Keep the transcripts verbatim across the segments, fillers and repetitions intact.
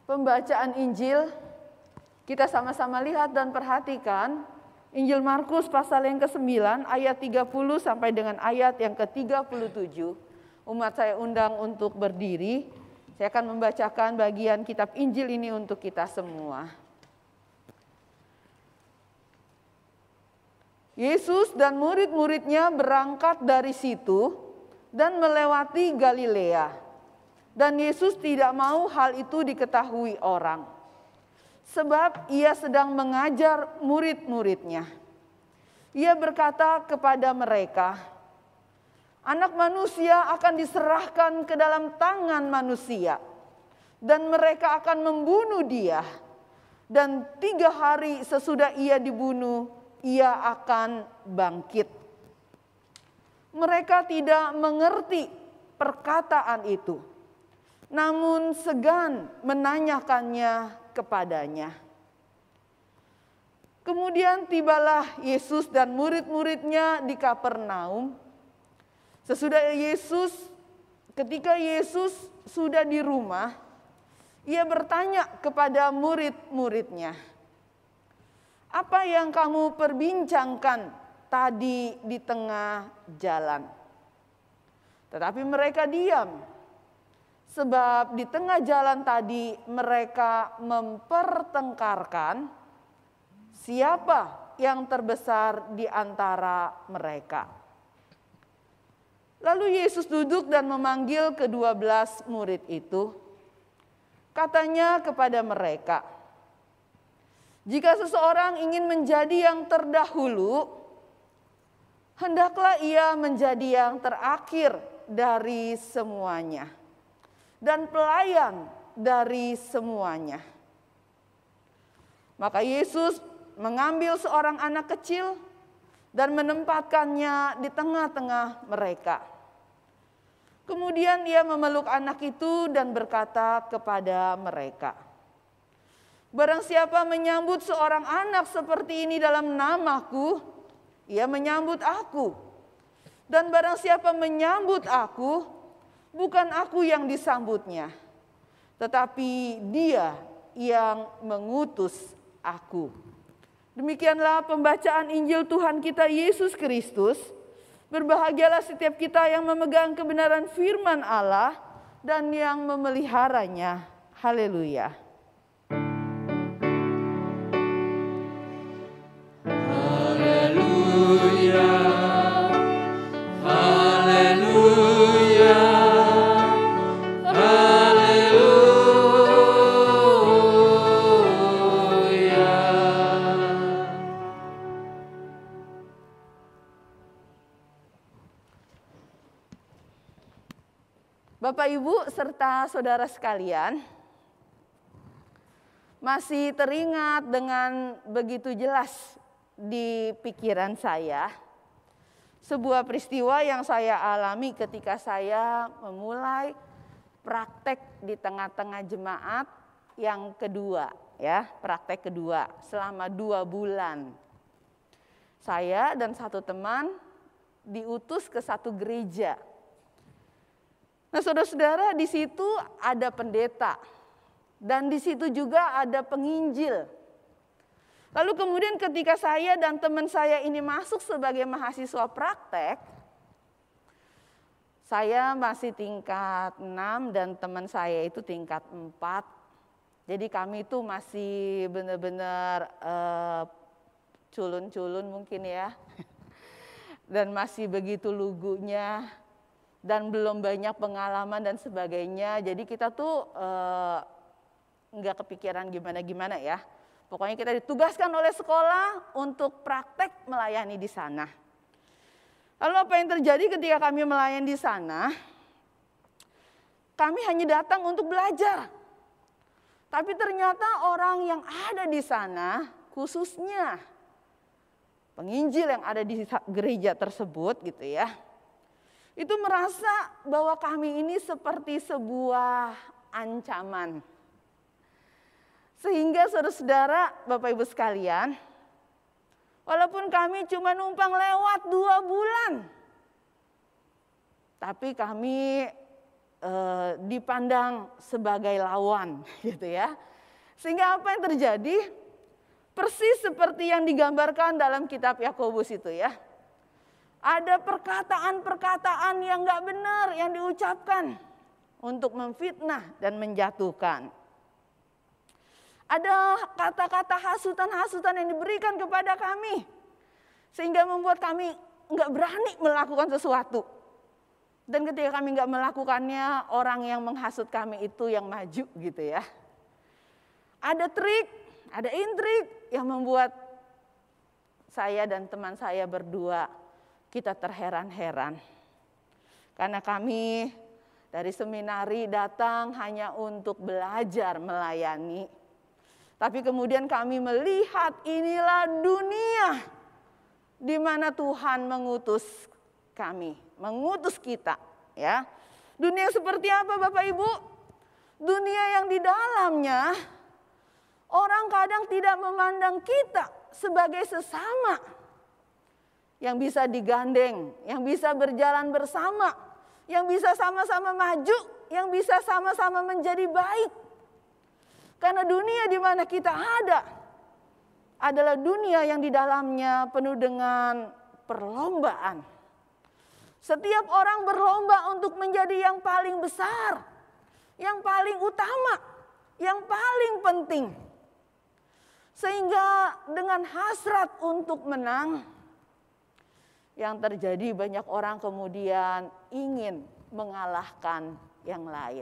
Pembacaan Injil, kita sama-sama lihat dan perhatikan Injil Markus pasal yang kesembilan ayat tiga puluh sampai dengan ayat yang ke tiga puluh tujuh. Umat saya undang untuk berdiri. Saya akan membacakan bagian kitab Injil ini untuk kita semua. Yesus dan murid-muridnya berangkat dari situ dan melewati Galilea. Dan Yesus tidak mau hal itu diketahui orang. Sebab ia sedang mengajar murid-muridnya. Ia berkata kepada mereka, Anak manusia akan diserahkan ke dalam tangan manusia. Dan mereka akan membunuh dia. Dan tiga hari sesudah ia dibunuh, ia akan bangkit. Mereka tidak mengerti perkataan itu, namun segan menanyakannya kepadanya. Kemudian tibalah Yesus dan murid-muridnya di Kapernaum. Sesudah Yesus, ketika Yesus sudah di rumah, ia bertanya kepada murid-muridnya, apa yang kamu perbincangkan tadi di tengah jalan? Tetapi mereka diam. Sebab di tengah jalan tadi mereka mempertengkarkan siapa yang terbesar di antara mereka. Lalu Yesus duduk dan memanggil kedua belas murid itu. Katanya kepada mereka, jika seseorang ingin menjadi yang terdahulu, hendaklah ia menjadi yang terakhir dari semuanya. Dan pelayan dari semuanya. Maka Yesus mengambil seorang anak kecil dan menempatkannya di tengah-tengah mereka. Kemudian ia memeluk anak itu dan berkata kepada mereka, barang siapa menyambut seorang anak seperti ini dalam namaku, ia menyambut aku. Dan barang siapa menyambut aku, bukan aku yang disambutnya, tetapi dia yang mengutus aku. Demikianlah pembacaan Injil Tuhan kita Yesus Kristus. Berbahagialah setiap kita yang memegang kebenaran firman Allah dan yang memeliharanya. Haleluya. Haleluya. Haleluya. Bapak, Ibu, serta saudara sekalian, masih teringat dengan begitu jelas di pikiran saya sebuah peristiwa yang saya alami ketika saya memulai praktek di tengah-tengah jemaat yang kedua, ya, praktek kedua selama dua bulan. Saya dan satu teman diutus ke satu gereja. Nah, saudara-saudara, di situ ada pendeta dan di situ juga ada penginjil. Lalu kemudian ketika saya dan teman saya ini masuk sebagai mahasiswa praktek, saya masih tingkat enam dan teman saya itu tingkat empat. Jadi kami itu masih benar-benar uh, culun-culun mungkin ya. Dan masih begitu lugunya. Dan belum banyak pengalaman dan sebagainya. Jadi kita tuh eh, nggak kepikiran gimana-gimana ya. Pokoknya kita ditugaskan oleh sekolah untuk praktek melayani di sana. Lalu apa yang terjadi ketika kami melayani di sana? Kami hanya datang untuk belajar. Tapi ternyata orang yang ada di sana, khususnya penginjil yang ada di gereja tersebut gitu ya, itu merasa bahwa kami ini seperti sebuah ancaman. Sehingga saudara-saudara, Bapak Ibu sekalian, walaupun kami cuma numpang lewat dua bulan, tapi kami eh, dipandang sebagai lawan gitu ya. Sehingga apa yang terjadi? Persis seperti yang digambarkan dalam kitab Yakobus itu ya. Ada perkataan-perkataan yang gak benar yang diucapkan untuk memfitnah dan menjatuhkan. Ada kata-kata hasutan-hasutan yang diberikan kepada kami. Sehingga membuat kami gak berani melakukan sesuatu. Dan ketika kami gak melakukannya, orang yang menghasut kami itu yang maju gitu ya. Ada trik, ada intrik yang membuat saya dan teman saya berdua kita terheran-heran. Karena kami dari seminari datang hanya untuk belajar melayani. Tapi kemudian kami melihat inilah dunia di mana Tuhan mengutus kami, mengutus kita, ya. Dunia seperti apa Bapak Ibu? Dunia yang di dalamnya orang kadang tidak memandang kita sebagai sesama yang bisa digandeng, yang bisa berjalan bersama, yang bisa sama-sama maju, yang bisa sama-sama menjadi baik. Karena dunia di mana kita ada adalah dunia yang di dalamnya penuh dengan perlombaan. Setiap orang berlomba untuk menjadi yang paling besar, yang paling utama, yang paling penting. Sehingga dengan hasrat untuk menang, yang terjadi banyak orang kemudian ingin mengalahkan yang lain.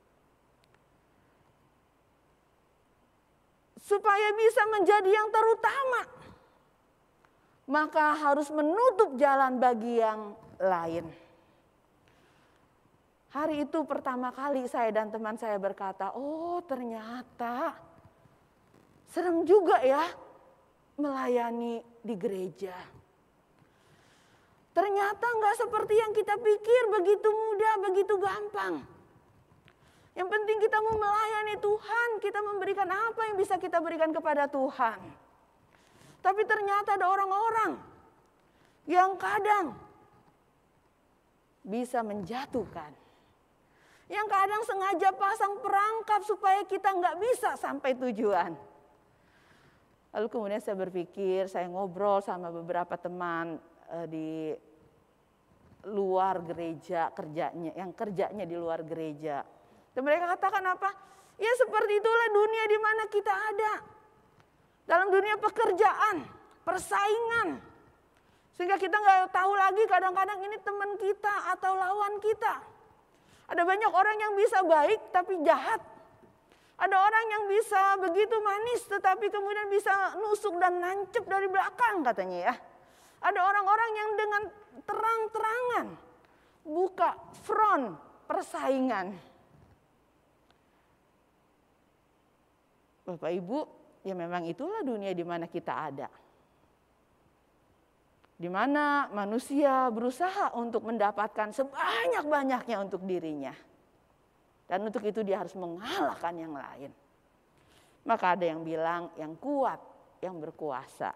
Supaya bisa menjadi yang terutama, maka harus menutup jalan bagi yang lain. Hari itu pertama kali saya dan teman saya berkata, oh ternyata serem juga ya melayani di gereja. Ternyata nggak seperti yang kita pikir, begitu mudah, begitu gampang. Yang penting kita mau melayani Tuhan, kita memberikan apa yang bisa kita berikan kepada Tuhan. Tapi ternyata ada orang-orang yang kadang bisa menjatuhkan. Yang kadang sengaja pasang perangkap supaya kita nggak bisa sampai tujuan. Lalu kemudian saya berpikir, saya ngobrol sama beberapa teman eh, di luar gereja kerjanya, yang kerjanya di luar gereja. Dan mereka katakan apa? Ya seperti itulah dunia di mana kita ada. Dalam dunia pekerjaan, persaingan. Sehingga kita nggak tahu lagi kadang-kadang ini teman kita atau lawan kita. Ada banyak orang yang bisa baik tapi jahat. Ada orang yang bisa begitu manis tetapi kemudian bisa nusuk dan nancep dari belakang katanya ya. Ada orang-orang yang dengan terang-terangan buka front persaingan. Bapak Ibu, ya memang itulah dunia di mana kita ada. Di mana manusia berusaha untuk mendapatkan sebanyak-banyaknya untuk dirinya. Dan untuk itu dia harus mengalahkan yang lain. Maka ada yang bilang yang kuat yang berkuasa.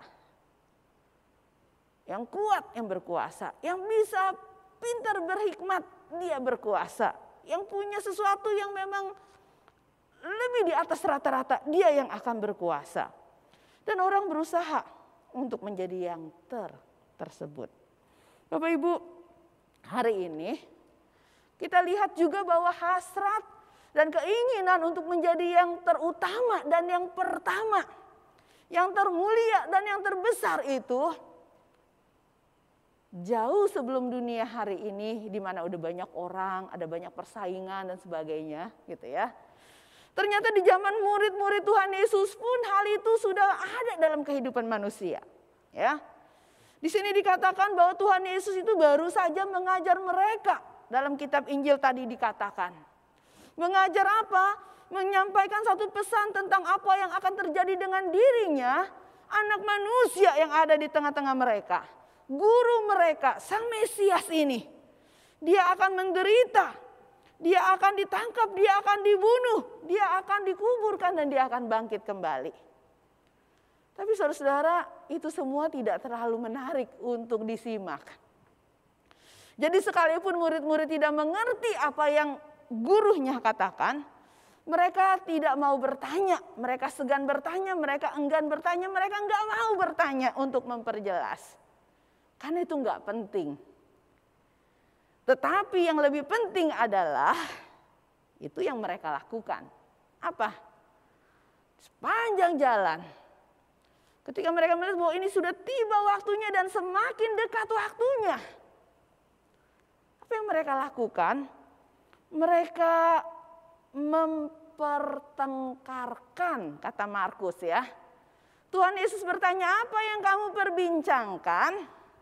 Yang kuat yang berkuasa. Yang bisa pintar berhikmat dia berkuasa. Yang punya sesuatu yang memang lebih di atas rata-rata dia yang akan berkuasa. Dan orang berusaha untuk menjadi yang ter tersebut. Bapak Ibu, hari ini kita lihat juga bahwa hasrat dan keinginan untuk menjadi yang terutama dan yang pertama, yang termulia dan yang terbesar itu jauh sebelum dunia hari ini di mana udah banyak orang, ada banyak persaingan dan sebagainya gitu ya. Ternyata di zaman murid-murid Tuhan Yesus pun hal itu sudah ada dalam kehidupan manusia, ya. Di sini dikatakan bahwa Tuhan Yesus itu baru saja mengajar mereka. Dalam kitab Injil tadi dikatakan. Mengajar apa? Menyampaikan satu pesan tentang apa yang akan terjadi dengan dirinya. Anak manusia yang ada di tengah-tengah mereka. Guru mereka, Sang Mesias ini. Dia akan menderita. Dia akan ditangkap, dia akan dibunuh. Dia akan dikuburkan dan dia akan bangkit kembali. Tapi saudara-saudara, itu semua tidak terlalu menarik untuk disimak. Jadi sekalipun murid-murid tidak mengerti apa yang gurunya katakan, mereka tidak mau bertanya, mereka segan bertanya, mereka enggan bertanya, mereka enggak mau bertanya untuk memperjelas. Karena itu enggak penting. Tetapi yang lebih penting adalah itu yang mereka lakukan. Apa? Sepanjang jalan, ketika mereka melihat bahwa ini sudah tiba waktunya dan semakin dekat waktunya, apa yang mereka lakukan? Mereka mempertengkarkan, kata Markus ya. Tuhan Yesus bertanya, apa yang kamu perbincangkan?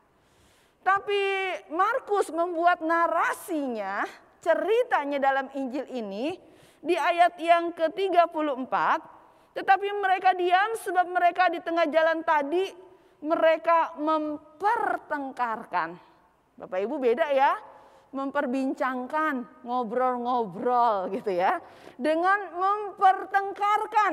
Tapi Markus membuat narasinya, ceritanya dalam Injil ini di ayat yang ke tiga puluh empat. Tetapi mereka diam sebab mereka di tengah jalan tadi mereka mempertengkarkan. Bapak Ibu beda ya. Memperbincangkan, ngobrol-ngobrol gitu ya. Dengan mempertengkarkan.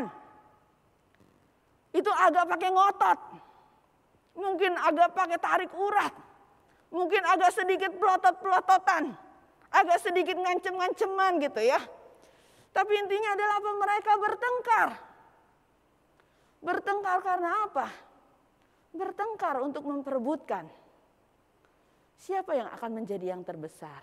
Itu agak pakai ngotot. Mungkin agak pakai tarik urat. Mungkin agak sedikit pelotot-pelototan. Agak sedikit ngancem-nganceman gitu ya. Tapi intinya adalah apa? Mereka bertengkar. Bertengkar karena apa? Bertengkar untuk memperebutkan siapa yang akan menjadi yang terbesar.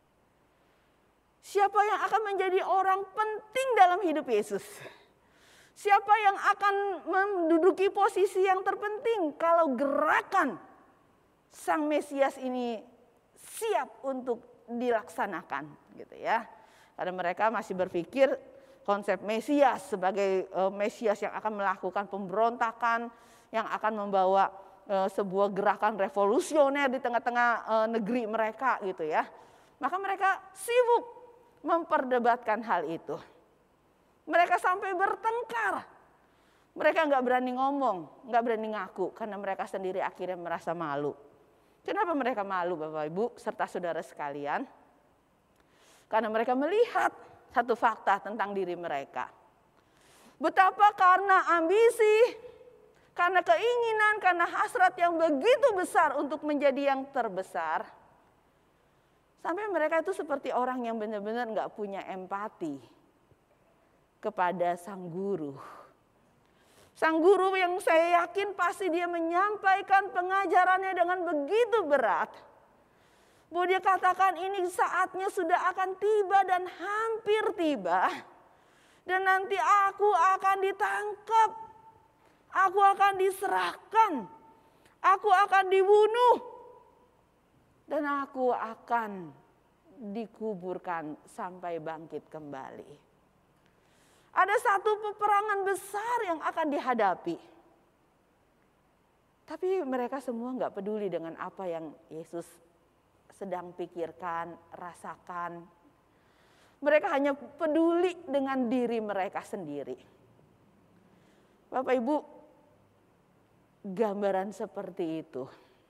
Siapa yang akan menjadi orang penting dalam hidup Yesus. Siapa yang akan menduduki posisi yang terpenting kalau gerakan Sang Mesias ini siap untuk dilaksanakan gitu ya. Karena mereka masih berpikir konsep Mesias sebagai uh, Mesias yang akan melakukan pemberontakan, yang akan membawa uh, sebuah gerakan revolusioner di tengah-tengah uh, negeri mereka gitu ya. Maka mereka sibuk memperdebatkan hal itu. Mereka sampai bertengkar. Mereka nggak berani ngomong, nggak berani ngaku karena mereka sendiri akhirnya merasa malu. Kenapa mereka malu Bapak Ibu serta saudara sekalian? Karena mereka melihat satu fakta tentang diri mereka. Betapa karena ambisi, karena keinginan, karena hasrat yang begitu besar untuk menjadi yang terbesar. Sampai mereka itu seperti orang yang benar-benar gak punya empati kepada sang guru. Sang guru yang saya yakin pasti dia menyampaikan pengajarannya dengan begitu berat. Bahwa dia katakan ini saatnya sudah akan tiba dan hampir tiba. Dan nanti aku akan ditangkap. Aku akan diserahkan. Aku akan dibunuh. Dan aku akan dikuburkan sampai bangkit kembali. Ada satu peperangan besar yang akan dihadapi. Tapi mereka semua gak peduli dengan apa yang Yesus sedang pikirkan, rasakan. Mereka hanya peduli dengan diri mereka sendiri. Bapak Ibu, gambaran seperti itu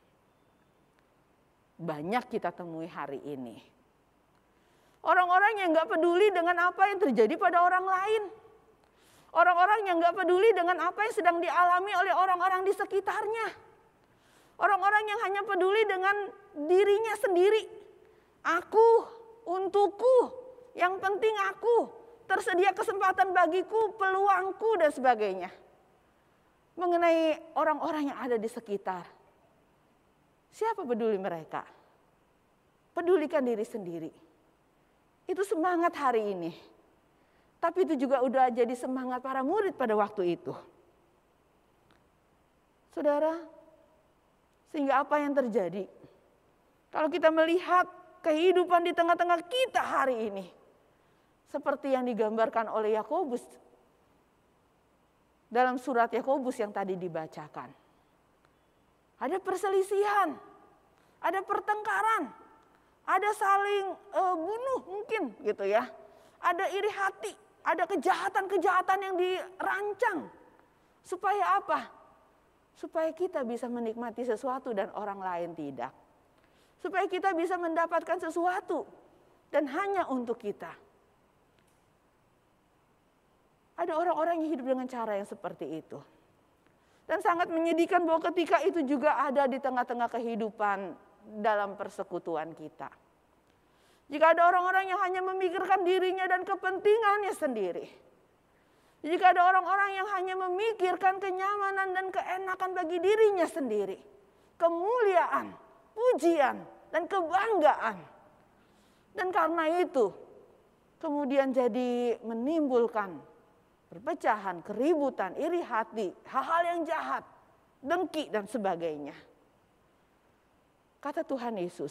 banyak kita temui hari ini. Orang-orang yang gak peduli dengan apa yang terjadi pada orang lain. Orang-orang yang gak peduli dengan apa yang sedang dialami oleh orang-orang di sekitarnya. Orang-orang yang hanya peduli dengan dirinya sendiri. Aku, untukku, yang penting aku, tersedia kesempatan bagiku, peluangku dan sebagainya. Mengenai orang-orang yang ada di sekitar. Siapa peduli mereka? Pedulikan diri sendiri. Itu semangat hari ini. Tapi itu juga udah jadi semangat para murid pada waktu itu. Saudara, sehingga apa yang terjadi? Kalau kita melihat kehidupan di tengah-tengah kita hari ini. Seperti yang digambarkan oleh Yakobus. Dalam surat Yakobus yang tadi dibacakan. Ada perselisihan. Ada pertengkaran. Ada saling uh, bunuh mungkin gitu ya. Ada iri hati. Ada kejahatan-kejahatan yang dirancang. Supaya apa? Supaya kita bisa menikmati sesuatu dan orang lain tidak. Supaya kita bisa mendapatkan sesuatu dan hanya untuk kita. Ada orang-orang yang hidup dengan cara yang seperti itu. Dan sangat menyedihkan bahwa ketika itu juga ada di tengah-tengah kehidupan dalam persekutuan kita. Jika ada orang-orang yang hanya memikirkan dirinya dan kepentingannya sendiri. Jika ada orang-orang yang hanya memikirkan kenyamanan dan keenakan bagi dirinya sendiri. Kemuliaan, pujian, dan kebanggaan. Dan karena itu kemudian jadi menimbulkan perpecahan, keributan, iri hati, hal-hal yang jahat, dengki dan sebagainya. Kata Tuhan Yesus,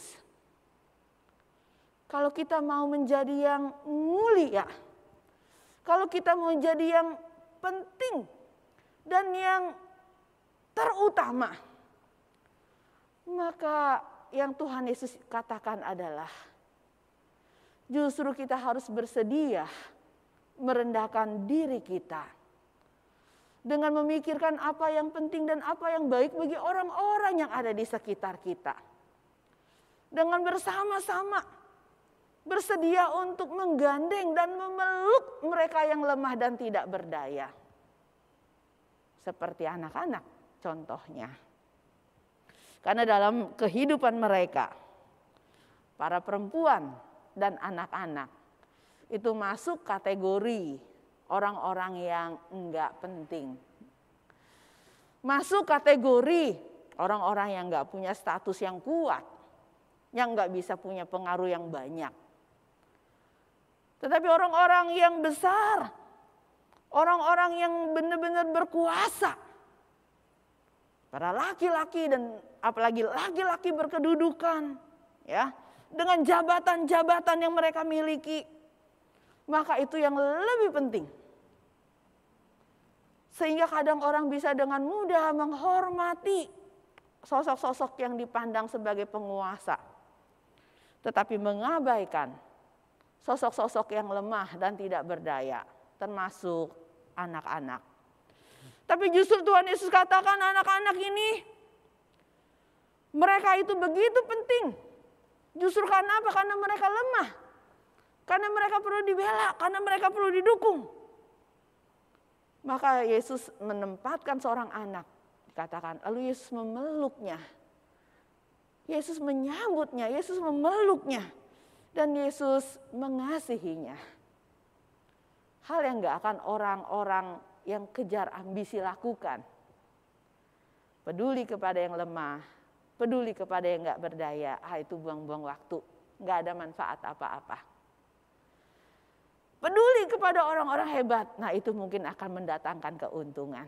kalau kita mau menjadi yang mulia, kalau kita mau jadi yang penting dan yang terutama, maka yang Tuhan Yesus katakan adalah justru kita harus bersedia merendahkan diri kita dengan memikirkan apa yang penting dan apa yang baik bagi orang-orang yang ada di sekitar kita. Dengan bersama-sama bersedia untuk menggandeng dan memeluk mereka yang lemah dan tidak berdaya. Seperti anak-anak contohnya. Karena dalam kehidupan mereka, para perempuan dan anak-anak itu masuk kategori orang-orang yang enggak penting. Masuk kategori orang-orang yang enggak punya status yang kuat, yang enggak bisa punya pengaruh yang banyak. Tetapi orang-orang yang besar, orang-orang yang benar-benar berkuasa, para laki-laki dan apalagi laki-laki berkedudukan, ya, dengan jabatan-jabatan yang mereka miliki, maka itu yang lebih penting. Sehingga kadang orang bisa dengan mudah menghormati sosok-sosok yang dipandang sebagai penguasa, tetapi mengabaikan sosok-sosok yang lemah dan tidak berdaya, termasuk anak-anak. Tapi justru Tuhan Yesus katakan anak-anak ini, mereka itu begitu penting. Justru karena apa? Karena mereka lemah. Karena mereka perlu dibela, karena mereka perlu didukung. Maka Yesus menempatkan seorang anak, dikatakan, lalu Yesus memeluknya. Yesus menyambutnya, Yesus memeluknya. Dan Yesus mengasihinya. Hal yang gak akan orang-orang yang kejar ambisi lakukan. Peduli kepada yang lemah, peduli kepada yang gak berdaya, ah itu buang-buang waktu. Gak ada manfaat apa-apa. Peduli kepada orang-orang hebat, nah itu mungkin akan mendatangkan keuntungan.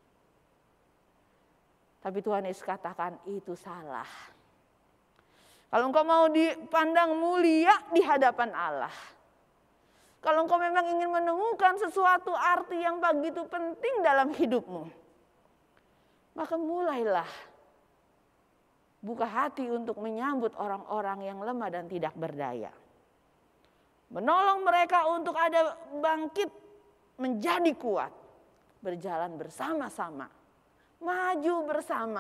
Tapi Tuhan Yesus katakan itu salah. Kalau engkau mau dipandang mulia di hadapan Allah, kalau engkau memang ingin menemukan sesuatu arti yang begitu penting dalam hidupmu, maka mulailah buka hati untuk menyambut orang-orang yang lemah dan tidak berdaya. Menolong mereka untuk ada bangkit menjadi kuat. Berjalan bersama-sama. Maju bersama.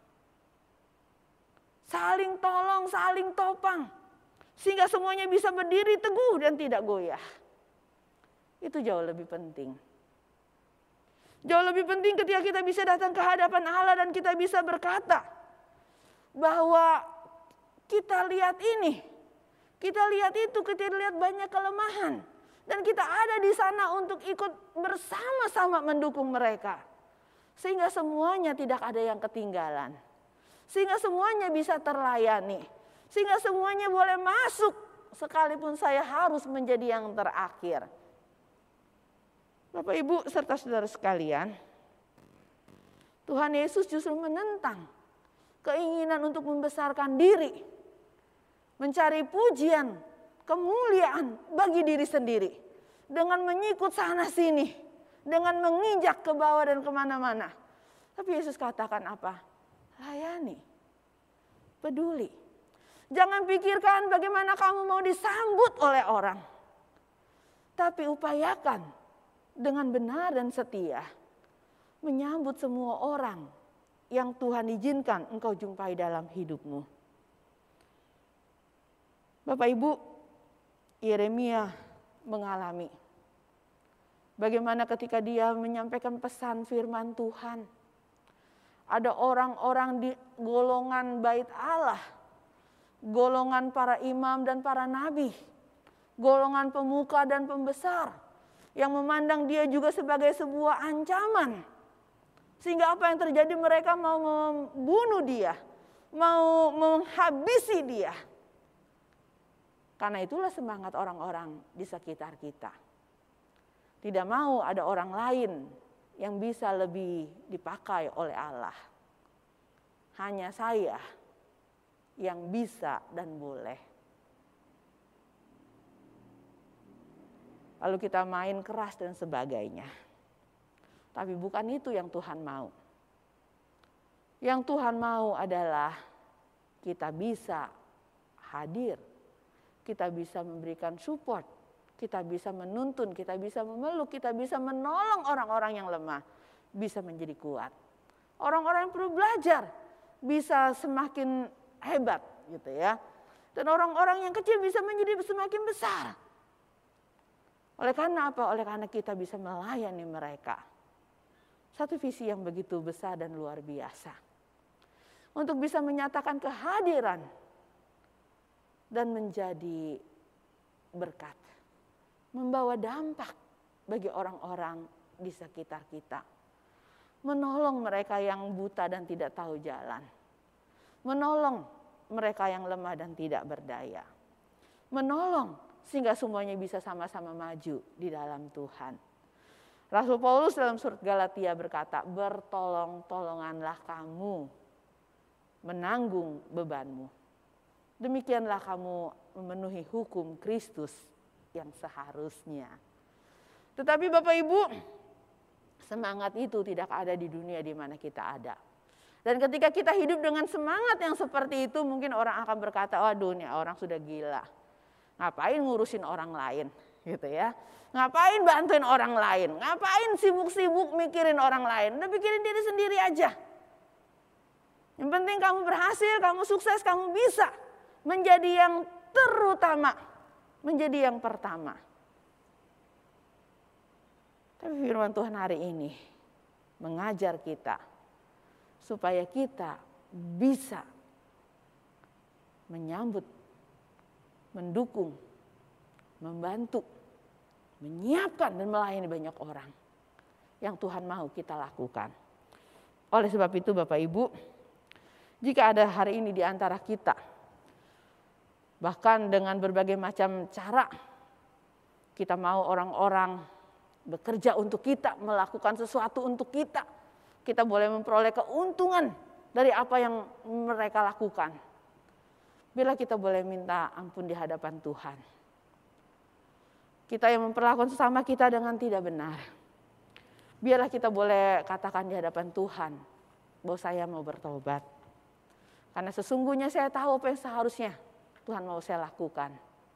Saling tolong, saling topang. Sehingga semuanya bisa berdiri teguh dan tidak goyah. Itu jauh lebih penting. Jauh lebih penting ketika kita bisa datang ke hadapan Allah dan kita bisa berkata bahwa kita lihat ini. Kita lihat itu, kita lihat banyak kelemahan. Dan kita ada di sana untuk ikut bersama-sama mendukung mereka. Sehingga semuanya tidak ada yang ketinggalan. Sehingga semuanya bisa terlayani. Sehingga semuanya boleh masuk. Sekalipun saya harus menjadi yang terakhir. Bapak, Ibu, serta saudara sekalian. Tuhan Yesus justru menentang keinginan untuk membesarkan diri. Mencari pujian, kemuliaan bagi diri sendiri. Dengan menyikut sana sini. Dengan menginjak ke bawah dan kemana-mana. Tapi Yesus katakan apa? Layani. Peduli. Jangan pikirkan bagaimana kamu mau disambut oleh orang. Tapi upayakan dengan benar dan setia. Menyambut semua orang yang Tuhan izinkan engkau jumpai dalam hidupmu. Bapak Ibu, Yeremia mengalami bagaimana ketika dia menyampaikan pesan firman Tuhan. Ada orang-orang di golongan bait Allah golongan para imam dan para nabi, golongan pemuka dan pembesar yang memandang dia juga sebagai sebuah ancaman. Sehingga apa yang terjadi, mereka mau membunuh dia, mau menghabisi dia. Karena itulah semangat orang-orang di sekitar kita. Tidak mau ada orang lain yang bisa lebih dipakai oleh Allah. Hanya saya yang bisa dan boleh. Lalu kita main keras dan sebagainya. Tapi bukan itu yang Tuhan mau. Yang Tuhan mau adalah kita bisa hadir. Kita bisa memberikan support, kita bisa menuntun, kita bisa memeluk, kita bisa menolong orang-orang yang lemah, bisa menjadi kuat. Orang-orang yang perlu belajar bisa semakin hebat gitu ya. Dan orang-orang yang kecil bisa menjadi semakin besar. Oleh karena apa? Oleh karena kita bisa melayani mereka. Satu visi yang begitu besar dan luar biasa. Untuk bisa menyatakan kehadiran dan menjadi berkat, membawa dampak bagi orang-orang di sekitar kita, menolong mereka yang buta dan tidak tahu jalan, menolong mereka yang lemah dan tidak berdaya, menolong sehingga semuanya bisa sama-sama maju di dalam Tuhan. Rasul Paulus dalam surat Galatia berkata, bertolong-tolonganlah kamu menanggung bebanmu. Demikianlah kamu memenuhi hukum Kristus yang seharusnya. Tetapi Bapak Ibu, semangat itu tidak ada di dunia di mana kita ada. Dan ketika kita hidup dengan semangat yang seperti itu, mungkin orang akan berkata, waduh ini orang sudah gila. Ngapain ngurusin orang lain gitu ya. Ngapain bantuin orang lain. Ngapain sibuk-sibuk mikirin orang lain. Udah pikirin diri sendiri aja. Yang penting kamu berhasil, kamu sukses, kamu bisa menjadi yang terutama, menjadi yang pertama. Tapi firman Tuhan hari ini mengajar kita supaya kita bisa menyambut, mendukung, membantu, menyiapkan dan melayani banyak orang yang Tuhan mau kita lakukan. Oleh sebab itu Bapak Ibu, jika ada hari ini di antara kita, bahkan dengan berbagai macam cara, kita mau orang-orang bekerja untuk kita, melakukan sesuatu untuk kita. Kita boleh memperoleh keuntungan dari apa yang mereka lakukan. Bila kita boleh minta ampun di hadapan Tuhan. Kita yang memperlakukan sesama kita dengan tidak benar. Biarlah kita boleh katakan di hadapan Tuhan, bahwa saya mau bertobat. Karena sesungguhnya saya tahu apa yang seharusnya Tuhan mau saya lakukan.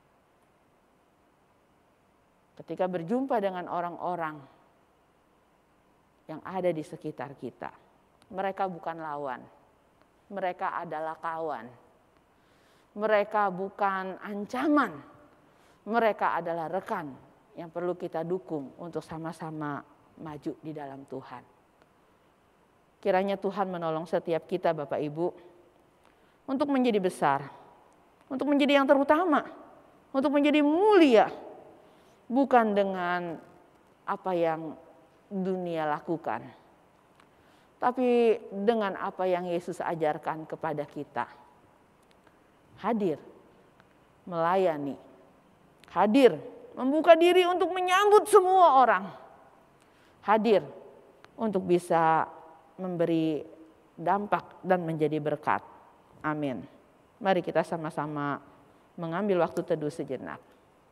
Ketika berjumpa dengan orang-orang yang ada di sekitar kita, mereka bukan lawan, mereka adalah kawan. Mereka bukan ancaman, mereka adalah rekan yang perlu kita dukung untuk sama-sama maju di dalam Tuhan. Kiranya Tuhan menolong setiap kita Bapak Ibu untuk menjadi besar, untuk menjadi yang terutama, untuk menjadi mulia, bukan dengan apa yang dunia lakukan, tapi dengan apa yang Yesus ajarkan kepada kita. Hadir, melayani, hadir, membuka diri untuk menyambut semua orang, hadir untuk bisa memberi dampak dan menjadi berkat. Amin. Mari kita sama-sama mengambil waktu teduh sejenak.